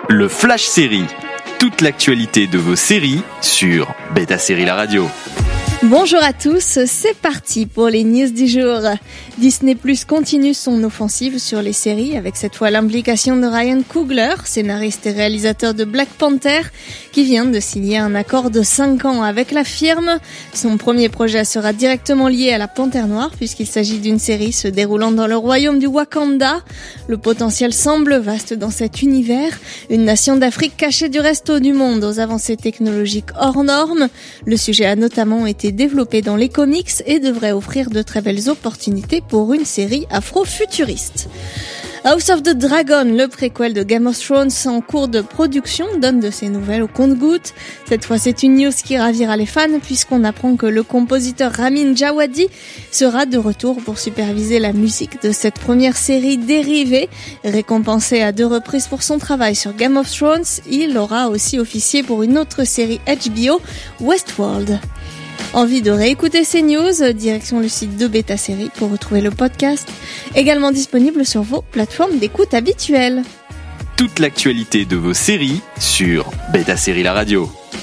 Le Flash Série. Toute l'actualité de vos séries sur Beta Série La Radio. Bonjour à tous, c'est parti pour les news du jour. Disney+ continue son offensive sur les séries avec cette fois l'implication de Ryan Coogler, scénariste et réalisateur de Black Panther, qui vient de signer un accord de 5 ans avec la firme. Son premier projet sera directement lié à la Panthère Noire puisqu'il s'agit d'une série se déroulant dans le royaume du Wakanda. Le potentiel semble vaste dans cet univers, une nation d'Afrique cachée du reste du monde aux avancées technologiques hors normes. Le sujet a notamment été développé dans les comics et devrait offrir de très belles opportunités pour une série afro-futuriste. House of the Dragon, le préquel de Game of Thrones en cours de production, donne de ses nouvelles au compte-gouttes. Cette fois, c'est une news qui ravira les fans puisqu'on apprend que le compositeur Ramin Djawadi sera de retour pour superviser la musique de cette première série dérivée. Récompensé à 2 reprises pour son travail sur Game of Thrones, il aura aussi officié pour une autre série HBO, Westworld. Envie de réécouter ces news, direction le site de Beta Série pour retrouver le podcast, également disponible sur vos plateformes d'écoute habituelles. Toute l'actualité de vos séries sur Beta Série La Radio.